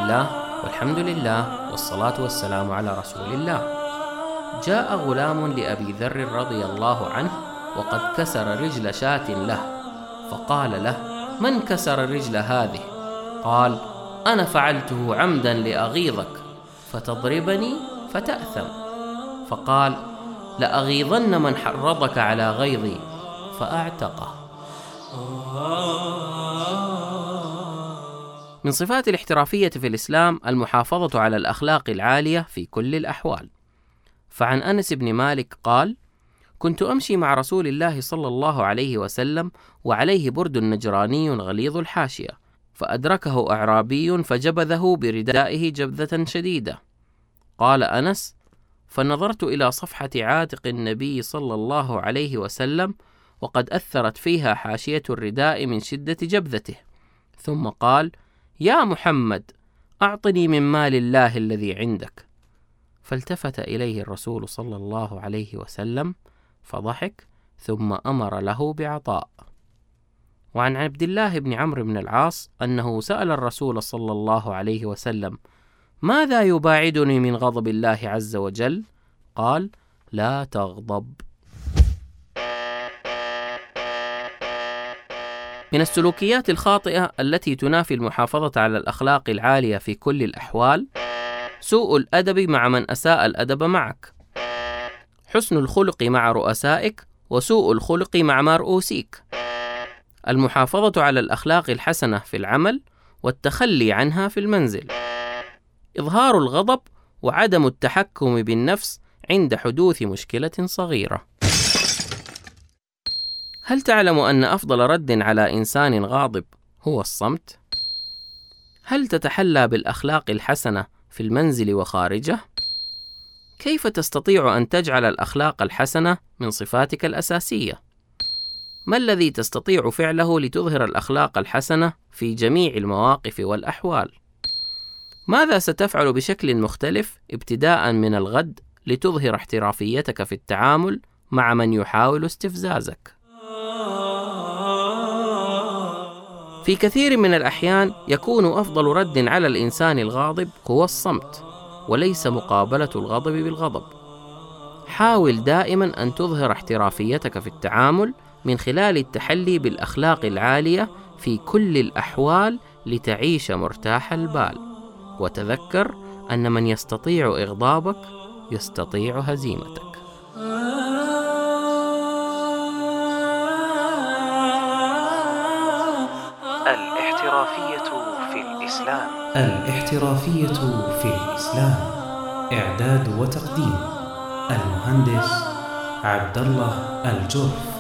الله والحمد لله والصلاة والسلام على رسول الله. جاء غلام لأبي ذر رضي الله عنه وقد كسر رجل شاة له، فقال له: من كسر رجل هذه؟ قال: أنا فعلته عمدا لأغيظك فتضربني فتأثم. فقال: لأغيظن من حرضك على غيظي، فأعتقه. من صفات الاحترافية في الإسلام المحافظة على الأخلاق العالية في كل الأحوال. فعن أنس بن مالك قال: كنت أمشي مع رسول الله صلى الله عليه وسلم وعليه برد نجراني غليظ الحاشية، فأدركه أعرابي فجبذه بردائه جبذة شديدة. قال أنس: فنظرت إلى صفحة عاتق النبي صلى الله عليه وسلم وقد أثرت فيها حاشية الرداء من شدة جبذته، ثم قال: يا محمد، أعطني من مال الله الذي عندك. فالتفت إليه الرسول صلى الله عليه وسلم فضحك، ثم أمر له بعطاء. وعن عبد الله بن عمرو بن العاص أنه سأل الرسول صلى الله عليه وسلم: ماذا يباعدني من غضب الله عز وجل؟ قال: لا تغضب. من السلوكيات الخاطئة التي تنافي المحافظة على الأخلاق العالية في كل الأحوال سوء الأدب مع من أساء الأدب معك، حسن الخلق مع رؤسائك وسوء الخلق مع مرؤوسيك، المحافظة على الأخلاق الحسنة في العمل والتخلي عنها في المنزل، إظهار الغضب وعدم التحكم بالنفس عند حدوث مشكلة صغيرة. هل تعلم أن أفضل رد على إنسان غاضب هو الصمت؟ هل تتحلى بالأخلاق الحسنة في المنزل وخارجه؟ كيف تستطيع أن تجعل الأخلاق الحسنة من صفاتك الأساسية؟ ما الذي تستطيع فعله لتظهر الأخلاق الحسنة في جميع المواقف والأحوال؟ ماذا ستفعل بشكل مختلف ابتداء من الغد لتظهر احترافيتك في التعامل مع من يحاول استفزازك؟ في كثير من الأحيان يكون أفضل رد على الإنسان الغاضب هو الصمت، وليس مقابلة الغضب بالغضب. حاول دائما أن تظهر احترافيتك في التعامل من خلال التحلي بالأخلاق العالية في كل الأحوال لتعيش مرتاح البال. وتذكر أن من يستطيع إغضابك يستطيع هزيمتك. الاحترافية في الإسلام. الاحترافية في الإسلام. إعداد وتقديم المهندس عبد الله الجرف.